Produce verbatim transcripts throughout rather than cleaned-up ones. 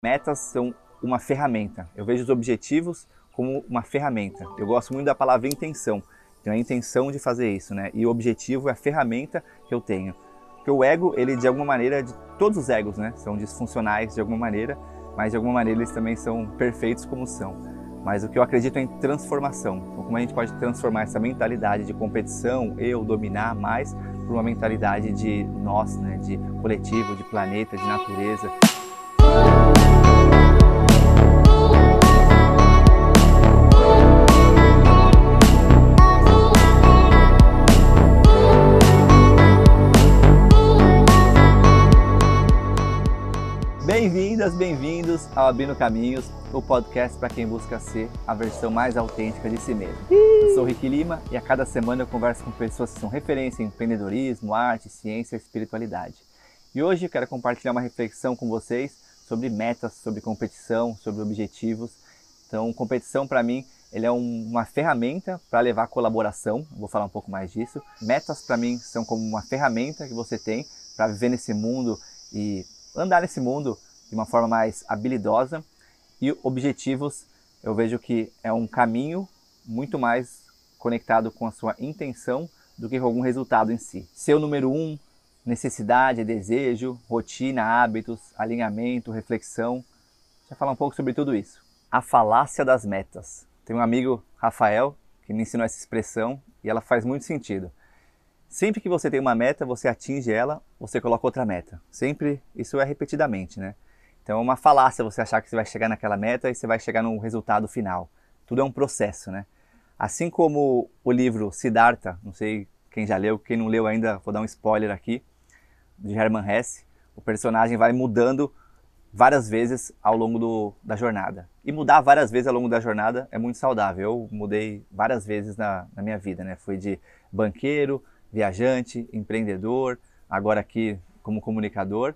Metas são uma ferramenta. Eu vejo os objetivos como uma ferramenta. Eu gosto muito da palavra intenção. Tenho a intenção de fazer isso, né? E o objetivo é a ferramenta que eu tenho. Porque o ego, ele de alguma maneira, de todos os egos, né, são disfuncionais de alguma maneira, mas de alguma maneira eles também são perfeitos como são. Mas o que eu acredito é em transformação. Então, como a gente pode transformar essa mentalidade de competição, eu dominar mais, por uma mentalidade de nós, né, de coletivo, de planeta, de natureza. Bem-vindas, bem-vindos ao Abrindo Caminhos, o podcast para quem busca ser a versão mais autêntica de si mesmo. Eu sou o Rick Lima e a cada semana eu converso com pessoas que são referência em empreendedorismo, arte, ciência e espiritualidade. E hoje eu quero compartilhar uma reflexão com vocês sobre metas, sobre competição, sobre objetivos. Então, competição para mim ele é um, uma ferramenta para levar a colaboração, vou falar um pouco mais disso. Metas para mim são como uma ferramenta que você tem para viver nesse mundo e andar nesse mundo de uma forma mais habilidosa, e objetivos eu vejo que é um caminho muito mais conectado com a sua intenção do que com algum resultado em si. Seu número um, necessidade, desejo, rotina, hábitos, alinhamento, reflexão. Deixa eu falar um pouco sobre tudo isso. A falácia das metas. Tem um amigo, Rafael, que me ensinou essa expressão e ela faz muito sentido. Sempre que você tem uma meta, você atinge ela, você coloca outra meta. Sempre, isso é repetidamente, né? Então é uma falácia você achar que você vai chegar naquela meta e você vai chegar no resultado final. Tudo é um processo, né? Assim como o livro Siddhartha, não sei quem já leu, quem não leu ainda, vou dar um spoiler aqui, de Hermann Hesse, o personagem vai mudando várias vezes ao longo do, da jornada. E mudar várias vezes ao longo da jornada é muito saudável. Eu mudei várias vezes na, na minha vida, né? Fui de banqueiro, viajante, empreendedor, agora aqui como comunicador,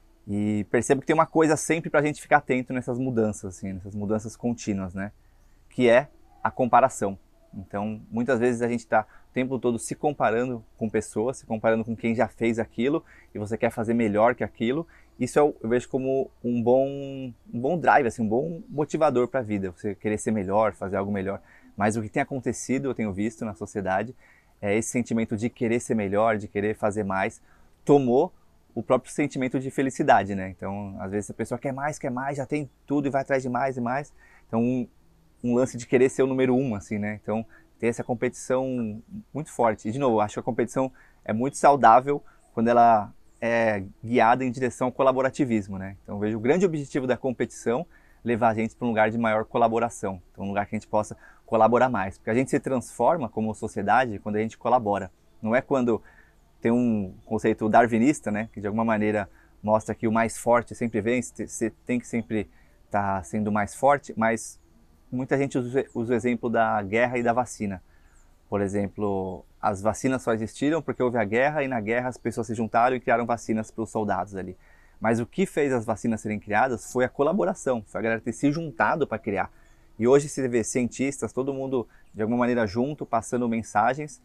e percebo que tem uma coisa sempre para a gente ficar atento nessas mudanças, assim, nessas mudanças contínuas, né? Que é a comparação. Então, muitas vezes a gente está o tempo todo se comparando com pessoas, se comparando com quem já fez aquilo, e você quer fazer melhor que aquilo. Isso eu, eu vejo como um bom, um bom drive, assim, um bom motivador para a vida, você querer ser melhor, fazer algo melhor. Mas o que tem acontecido, eu tenho visto na sociedade, é esse sentimento de querer ser melhor, de querer fazer mais, tomou o próprio sentimento de felicidade, né? Então, às vezes a pessoa quer mais, quer mais, já tem tudo e vai atrás de mais e mais. Então, um, um lance de querer ser o número um, assim, né? Então, tem essa competição muito forte. E, de novo, eu acho que a competição é muito saudável quando ela é guiada em direção ao colaborativismo, né? Então, eu vejo o grande objetivo da competição levar a gente para um lugar de maior colaboração. Então, um lugar que a gente possa colaborar mais. Porque a gente se transforma como sociedade quando a gente colabora. Não é quando tem um conceito darwinista, né, que de alguma maneira mostra que o mais forte sempre vence, você tem que sempre estar sendo mais forte, mas muita gente usa, usa o exemplo da guerra e da vacina. Por exemplo, as vacinas só existiram porque houve a guerra e na guerra as pessoas se juntaram e criaram vacinas para os soldados ali. Mas o que fez as vacinas serem criadas foi a colaboração, foi a galera ter se juntado para criar. E hoje se vê cientistas, todo mundo de alguma maneira junto, passando mensagens,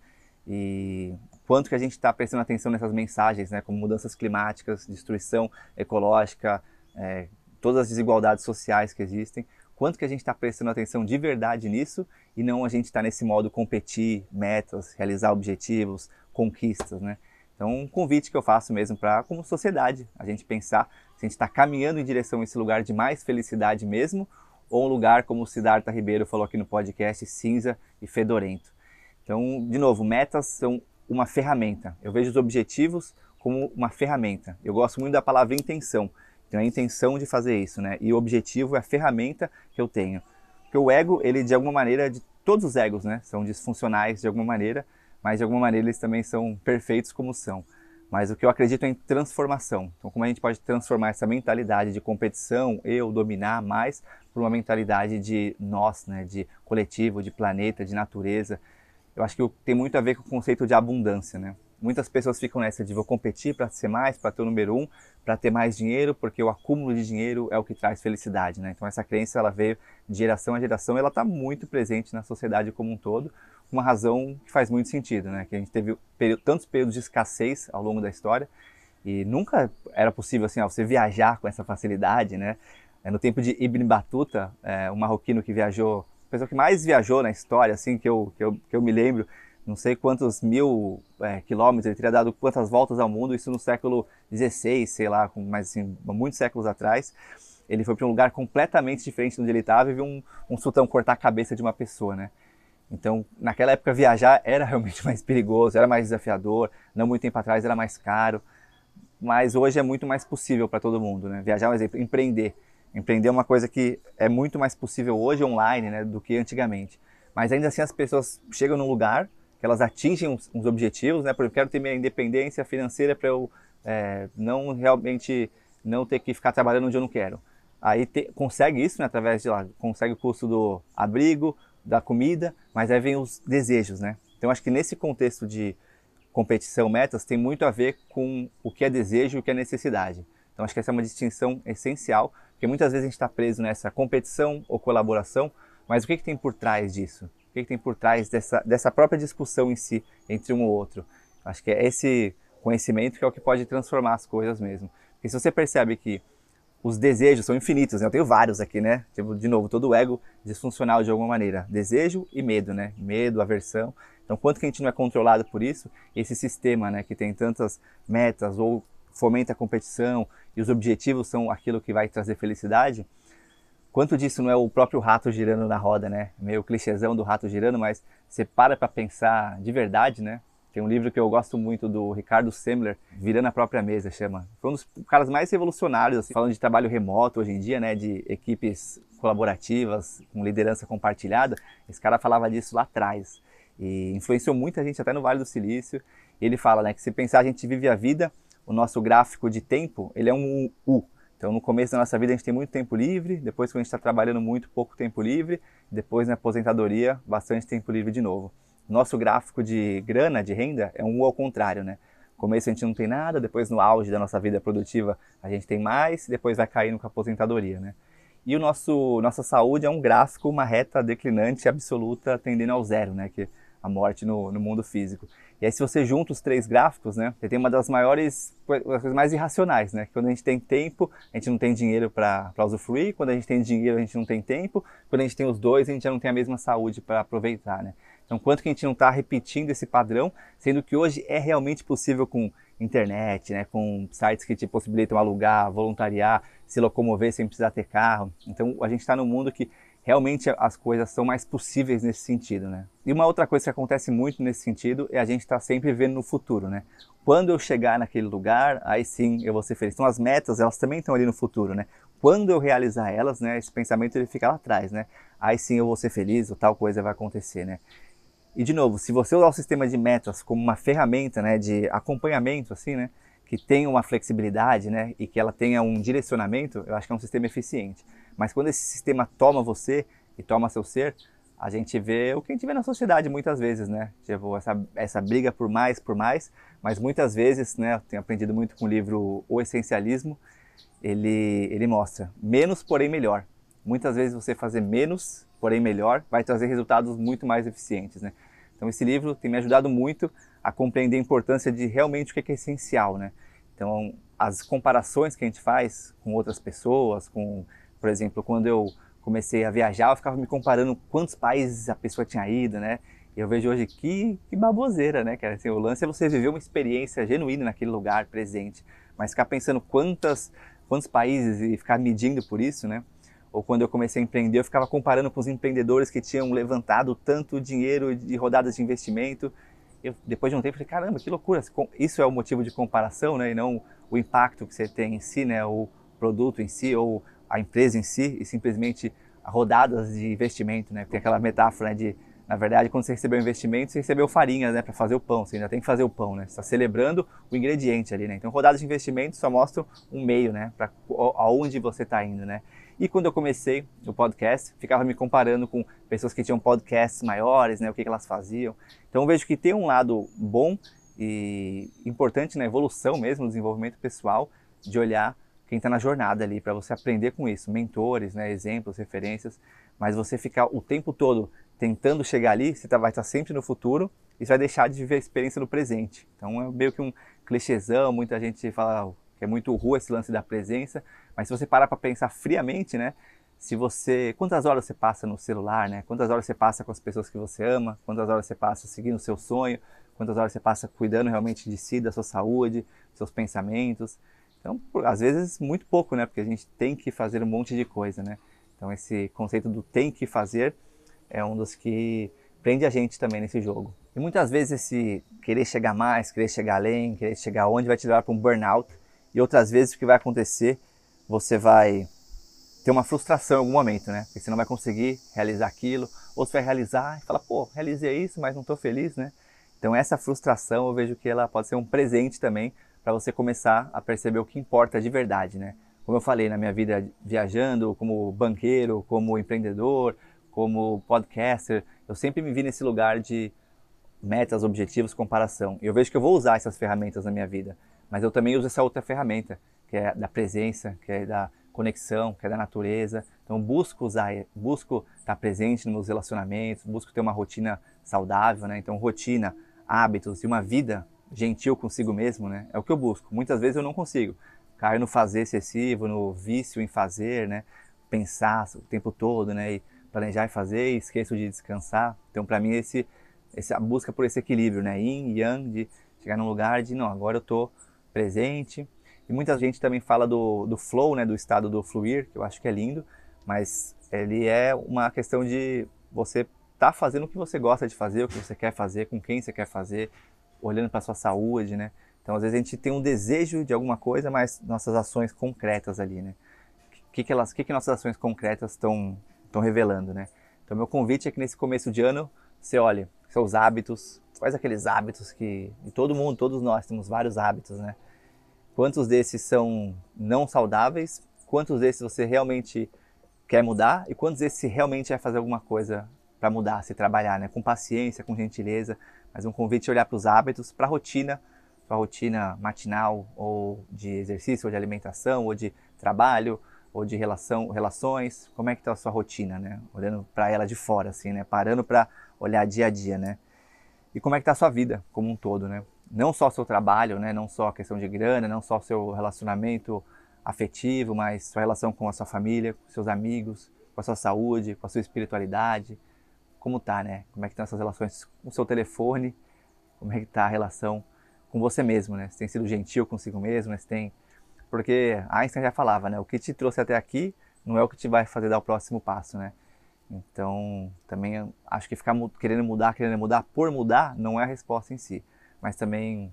e quanto que a gente está prestando atenção nessas mensagens, né, como mudanças climáticas, destruição ecológica, é, todas as desigualdades sociais que existem, quanto que a gente está prestando atenção de verdade nisso e não a gente está nesse modo competir, metas, realizar objetivos, conquistas, né? Então, um convite que eu faço mesmo para, como sociedade, a gente pensar se a gente está caminhando em direção a esse lugar de mais felicidade mesmo, ou um lugar, como o Siddhartha Ribeiro falou aqui no podcast, cinza e fedorento. Então, de novo, metas são uma ferramenta. Eu vejo os objetivos como uma ferramenta. Eu gosto muito da palavra intenção. Tenho a intenção de fazer isso, né? E o objetivo é a ferramenta que eu tenho. Porque o ego, ele de alguma maneira, de todos os egos, né, são disfuncionais de alguma maneira, mas de alguma maneira eles também são perfeitos como são. Mas o que eu acredito é em transformação. Então, como a gente pode transformar essa mentalidade de competição, eu dominar mais, por uma mentalidade de nós, né, de coletivo, de planeta, de natureza. Eu acho que tem muito a ver com o conceito de abundância, né? Muitas pessoas ficam nessa de vou competir para ser mais, para ter o número um, para ter mais dinheiro, porque o acúmulo de dinheiro é o que traz felicidade, né? Então essa crença ela veio de geração a geração, ela está muito presente na sociedade como um todo, uma razão que faz muito sentido, né? Que a gente teve tantos períodos de escassez ao longo da história e nunca era possível assim, ó, você viajar com essa facilidade, né? É, no tempo de Ibn Battuta, é, um marroquino que viajou, a pessoa que mais viajou na história, assim, que eu, que eu, que eu me lembro, não sei quantos mil é, quilômetros, ele teria dado quantas voltas ao mundo, isso no século dezesseis, sei lá, com, mas assim, muitos séculos atrás. Ele foi para um lugar completamente diferente de onde ele estava e viu um, um sultão cortar a cabeça de uma pessoa, né? Então, naquela época, viajar era realmente mais perigoso, era mais desafiador, não muito tempo atrás era mais caro, mas hoje é muito mais possível para todo mundo, né? Viajar é um exemplo, empreender. Empreender é uma coisa que é muito mais possível hoje online, né, do que antigamente. Mas ainda assim as pessoas chegam num lugar que elas atingem uns, uns objetivos, né? Por exemplo, eu quero ter minha independência financeira para eu é, não realmente não ter que ficar trabalhando onde eu não quero. Aí te, consegue isso, né, através de lá, consegue o custo do abrigo, da comida, mas aí vem os desejos, né? Então acho que nesse contexto de competição, metas, tem muito a ver com o que é desejo e o que é necessidade. Então acho que essa é uma distinção essencial, porque muitas vezes a gente está preso nessa competição ou colaboração, mas o que, que tem por trás disso? O que, que tem por trás dessa, dessa própria discussão em si, entre um ou outro? Acho que é esse conhecimento que é o que pode transformar as coisas mesmo. Porque se você percebe que os desejos são infinitos, né? Eu tenho vários aqui, né? Tipo, de novo, todo o ego disfuncional de alguma maneira. Desejo e medo, né? Medo, aversão. Então, quanto que a gente não é controlado por isso, esse sistema, né, que tem tantas metas ou fomenta a competição e os objetivos são aquilo que vai trazer felicidade, quanto disso não é o próprio rato girando na roda, né? Meio clichêzão do rato girando, mas você para para pensar de verdade, né? Tem um livro que eu gosto muito do Ricardo Semler, Virando a Própria Mesa, chama. Foi um dos caras mais revolucionários, assim, falando de trabalho remoto hoje em dia, né? De equipes colaborativas, com liderança compartilhada. Esse cara falava disso lá atrás. E influenciou muita gente até no Vale do Silício. E ele fala, né, que se pensar a gente vive a vida, o nosso gráfico de tempo, ele é um U. Então no começo da nossa vida a gente tem muito tempo livre, depois quando a gente está trabalhando muito, pouco tempo livre, depois na aposentadoria, bastante tempo livre de novo. Nosso gráfico de grana, de renda, é um U ao contrário, né? No começo a gente não tem nada, depois no auge da nossa vida produtiva a gente tem mais, depois vai caindo com a aposentadoria, né? E o nosso, nossa saúde é um gráfico, uma reta declinante absoluta tendendo ao zero, né? Que a morte no, no mundo físico. E aí se você junta os três gráficos, né? Você tem uma das maiores, das coisas mais irracionais, né? Quando a gente tem tempo, a gente não tem dinheiro para usufruir, quando a gente tem dinheiro a gente não tem tempo, quando a gente tem os dois a gente já não tem a mesma saúde para aproveitar, né? Então quanto que a gente não está repetindo esse padrão, sendo que hoje é realmente possível com internet, né, com sites que te possibilitam alugar, voluntariar, se locomover sem precisar ter carro. Então a gente está num mundo que realmente as coisas são mais possíveis nesse sentido, né? E uma outra coisa que acontece muito nesse sentido é a gente estar tá sempre vendo no futuro, né? Quando eu chegar naquele lugar, aí sim eu vou ser feliz. Então as metas, elas também estão ali no futuro, né? Quando eu realizar elas, né, esse pensamento ele fica lá atrás, né? Aí sim eu vou ser feliz, ou tal coisa vai acontecer, né? E de novo, se você usar o sistema de metas como uma ferramenta, né, de acompanhamento, assim, né, que tenha uma flexibilidade, né, e que ela tenha um direcionamento, eu acho que é um sistema eficiente. Mas quando esse sistema toma você e toma seu ser, a gente vê o que a gente vê na sociedade muitas vezes, né? Tipo, essa, essa briga por mais, por mais, mas muitas vezes, né, eu tenho aprendido muito com o livro O Essencialismo, ele, ele mostra menos, porém melhor. Muitas vezes você fazer menos, porém melhor, vai trazer resultados muito mais eficientes, né? Então esse livro tem me ajudado muito a compreender a importância de realmente o que é essencial, né? Então as comparações que a gente faz com outras pessoas, com, por exemplo, quando eu comecei a viajar, eu ficava me comparando quantos países a pessoa tinha ido, né? E eu vejo hoje que, que baboseira, né, cara? Assim, o lance é você viver uma experiência genuína naquele lugar presente, mas ficar pensando quantas, quantos países e ficar medindo por isso, né? Ou quando eu comecei a empreender, eu ficava comparando com os empreendedores que tinham levantado tanto dinheiro de rodadas de investimento. Eu, depois de um tempo, falei, caramba, que loucura, isso é o motivo de comparação, né? E não o impacto que você tem em si, né? O produto em si, ou a empresa em si, e simplesmente rodadas de investimento, né? Tem aquela metáfora, né, de, na verdade, quando você recebeu investimento, você recebeu farinha, né, para fazer o pão, você ainda tem que fazer o pão, né? Você está celebrando o ingrediente ali, né? Então, rodadas de investimento só mostram um meio, né, para aonde você está indo, né? E quando eu comecei o podcast, ficava me comparando com pessoas que tinham podcasts maiores, né, o que, que elas faziam. Então eu vejo que tem um lado bom e importante na evolução mesmo, no desenvolvimento pessoal, de olhar quem está na jornada ali, para você aprender com isso, mentores, né, exemplos, referências, mas você ficar o tempo todo tentando chegar ali, você tá, vai estar sempre no futuro e você vai deixar de viver a experiência no presente. Então é meio que um clichêzão, muita gente fala que é muito rua esse lance da presença, mas se você parar para pensar friamente, né? Se você, quantas horas você passa no celular, né? Quantas horas você passa com as pessoas que você ama? Quantas horas você passa seguindo o seu sonho? Quantas horas você passa cuidando realmente de si, da sua saúde, dos seus pensamentos? Então, por, às vezes, muito pouco, né? Porque a gente tem que fazer um monte de coisa, né? Então, esse conceito do tem que fazer é um dos que prende a gente também nesse jogo. E muitas vezes esse querer chegar mais, querer chegar além, querer chegar onde vai te levar para um burnout. E outras vezes o que vai acontecer, você vai ter uma frustração em algum momento, né? Porque você não vai conseguir realizar aquilo, ou você vai realizar e fala, pô, realizei isso, mas não estou feliz, né? Então essa frustração eu vejo que ela pode ser um presente também para você começar a perceber o que importa de verdade, né? Como eu falei, na minha vida viajando, como banqueiro, como empreendedor, como podcaster, eu sempre me vi nesse lugar de metas, objetivos, comparação. E eu vejo que eu vou usar essas ferramentas na minha vida, mas eu também uso essa outra ferramenta, que é da presença, que é da conexão, que é da natureza. Então busco usar, busco estar presente nos meus relacionamentos, busco ter uma rotina saudável, né? Então rotina, hábitos e uma vida gentil consigo mesmo, né? É o que eu busco. Muitas vezes eu não consigo. Caio no fazer excessivo, no vício em fazer, né? Pensar o tempo todo, né? E planejar e fazer, e esqueço de descansar. Então para mim esse essa busca por esse equilíbrio, né? Yin, yang, de chegar num lugar de, não, agora eu tô presente. E muita gente também fala do, do flow, né? Do estado do fluir, que eu acho que é lindo, mas ele é uma questão de você tá fazendo o que você gosta de fazer, o que você quer fazer, com quem você quer fazer, olhando para sua saúde, né? Então, às vezes a gente tem um desejo de alguma coisa, mas nossas ações concretas ali, né? O que que elas, que que nossas ações concretas estão estão revelando, né? Então, meu convite é que nesse começo de ano você olhe seus hábitos, quais aqueles hábitos que de todo mundo, todos nós temos vários hábitos, né? Quantos desses são não saudáveis? Quantos desses você realmente quer mudar? E quantos desses realmente vai fazer alguma coisa para mudar, se trabalhar, né? Com paciência, com gentileza, mas um convite é olhar para os hábitos, para a rotina, sua rotina matinal, ou de exercício, ou de alimentação, ou de trabalho, ou de relação, relações. Como é que está a sua rotina, né? Olhando para ela de fora, assim, né? Parando para olhar dia a dia, né? E como é que está a sua vida como um todo, né? Não só o seu trabalho, né? Não só a questão de grana, não só o seu relacionamento afetivo, mas sua relação com a sua família, com seus amigos, com a sua saúde, com a sua espiritualidade. Como tá, né? Como é que estão essas relações com o seu telefone? Como é que está a relação com você mesmo, né? Você tem sido gentil consigo mesmo, né? Você tem... Porque Einstein já falava, né? O que te trouxe até aqui não é o que te vai fazer dar o próximo passo, né? Então, também acho que ficar querendo mudar, querendo mudar por mudar, não é a resposta em si. Mas também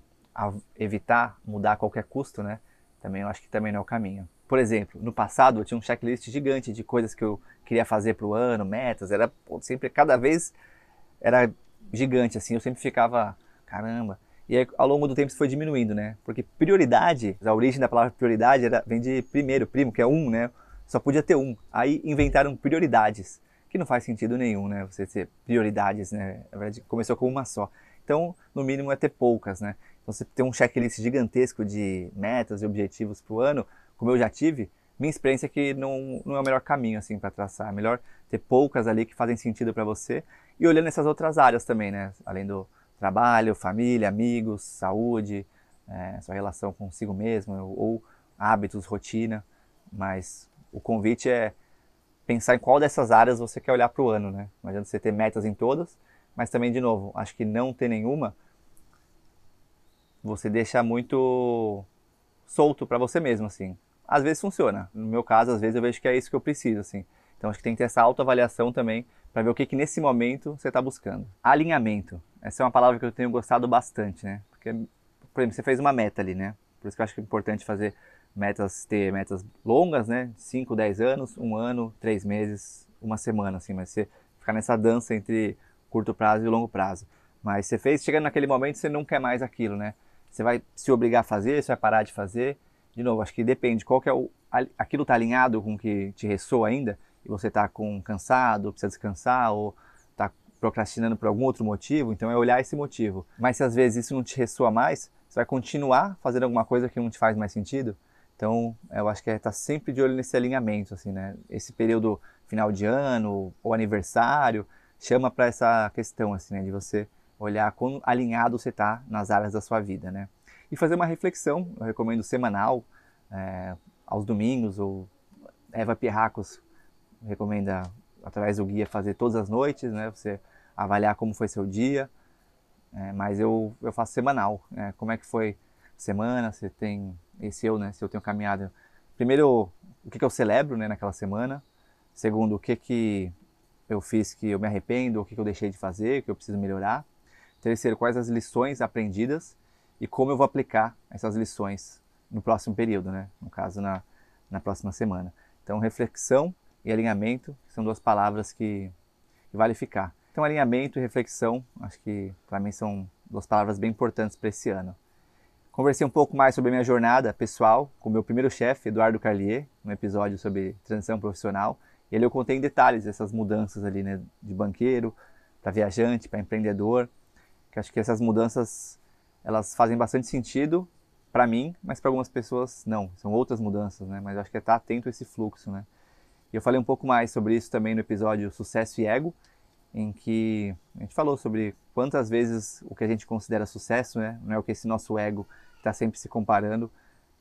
evitar mudar a qualquer custo, né? Também eu acho que também não é o caminho. Por exemplo, no passado eu tinha um checklist gigante de coisas que eu queria fazer para o ano, metas, era pô, sempre, cada vez era gigante, assim, eu sempre ficava, caramba. E aí, ao longo do tempo isso foi diminuindo, né? Porque prioridade, a origem da palavra prioridade era, vem de primeiro, primo, que é um, né? Só podia ter um. Aí inventaram prioridades, que não faz sentido nenhum, né? Você ter prioridades, né? Na verdade, começou com uma só. Então, no mínimo, é ter poucas, né? Então, você ter um checklist gigantesco de metas e objetivos para o ano, como eu já tive, minha experiência é que não, não é o melhor caminho, assim, para traçar. É melhor ter poucas ali que fazem sentido para você e olhando essas outras áreas também, né? Além do trabalho, família, amigos, saúde, é, sua relação consigo mesmo, ou hábitos, rotina. Mas o convite é pensar em qual dessas áreas você quer olhar para o ano, né? Não adianta você ter metas em todas, mas também, de novo, acho que não ter nenhuma, você deixa muito solto para você mesmo, assim. Às vezes funciona. No meu caso, às vezes eu vejo que é isso que eu preciso, assim. Então, acho que tem que ter essa autoavaliação também para ver o que, que nesse momento você está buscando. Alinhamento. Essa é uma palavra que eu tenho gostado bastante, né? Porque, por exemplo, você fez uma meta ali, né? Por isso que eu acho que é importante fazer metas, ter metas longas, né? cinco, dez anos, um ano, três meses, uma semana, assim. Mas você ficar nessa dança entre curto prazo e longo prazo. Mas você fez, chegando naquele momento, você não quer mais aquilo, né? Você vai se obrigar a fazer, você vai parar de fazer. De novo, acho que depende qual que é o... Aquilo está alinhado com o que te ressoa ainda, e você está com cansado, precisa descansar, ou está procrastinando por algum outro motivo, então é olhar esse motivo. Mas se às vezes isso não te ressoa mais, você vai continuar fazendo alguma coisa que não te faz mais sentido. Então, eu acho que é estar sempre de olho nesse alinhamento, assim, né? Esse período final de ano, ou aniversário, chama para essa questão, assim, né? De você olhar quão alinhado você está nas áreas da sua vida, né? E fazer uma reflexão, eu recomendo semanal, é, aos domingos, ou Eva Pierracos recomenda, através do guia, fazer todas as noites, né? Você avaliar como foi seu dia, é, mas eu, eu faço semanal, né? Como é que foi a semana, você tem, esse eu, né? Se eu tenho caminhado, primeiro, o que, que eu celebro, né, naquela semana, segundo, o que, que eu fiz que eu me arrependo, o que, que eu deixei de fazer, o que eu preciso melhorar, terceiro, quais as lições aprendidas e como eu vou aplicar essas lições no próximo período, né? No caso, na, na próxima semana. Então, reflexão e alinhamento são duas palavras que, que vale ficar. Então, alinhamento e reflexão, acho que para mim são duas palavras bem importantes para esse ano. Conversei um pouco mais sobre a minha jornada pessoal com o meu primeiro chefe, Eduardo Carlier, no episódio sobre transição profissional. E ali eu contei em detalhes essas mudanças ali, né, de banqueiro para viajante, para empreendedor, que acho que essas mudanças elas fazem bastante sentido para mim, mas para algumas pessoas não, são outras mudanças, né? Mas eu acho que é estar atento a esse fluxo, né? E eu falei um pouco mais sobre isso também no episódio Sucesso e Ego, em que a gente falou sobre quantas vezes o que a gente considera sucesso, né, não é o que esse nosso ego está sempre se comparando,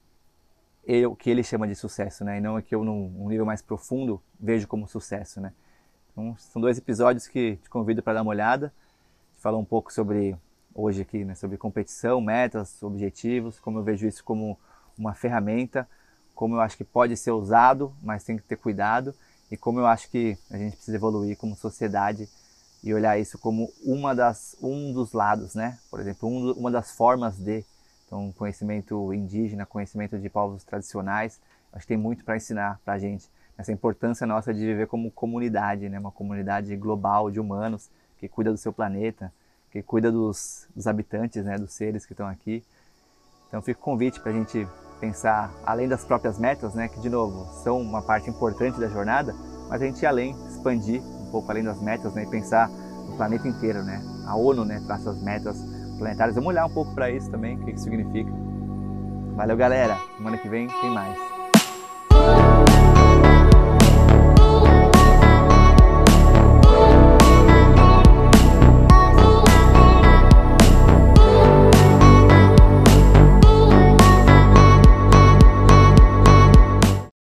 é o que ele chama de sucesso, né, e não é que eu, num nível mais profundo, vejo como sucesso, né. Então, são dois episódios que te convido para dar uma olhada, te falar um pouco sobre, hoje aqui, né, sobre competição, metas, objetivos, como eu vejo isso como uma ferramenta, como eu acho que pode ser usado, mas tem que ter cuidado, e como eu acho que a gente precisa evoluir como sociedade e olhar isso como uma das, um dos lados, né? Por exemplo, um, uma das formas de, então, conhecimento indígena, conhecimento de povos tradicionais, acho que tem muito para ensinar para a gente, essa importância nossa de viver como comunidade, né? Uma comunidade global de humanos que cuida do seu planeta, que cuida dos, dos habitantes, né? Dos seres que estão aqui. Então fica o convite para a gente pensar além das próprias metas, né, que de novo são uma parte importante da jornada, mas a gente ir além, expandir um pouco além das metas, né, e pensar no planeta inteiro, né? A ONU, né, traça as metas planetárias. Vamos olhar um pouco para isso também, o que isso significa. Valeu, galera. Semana que vem tem mais.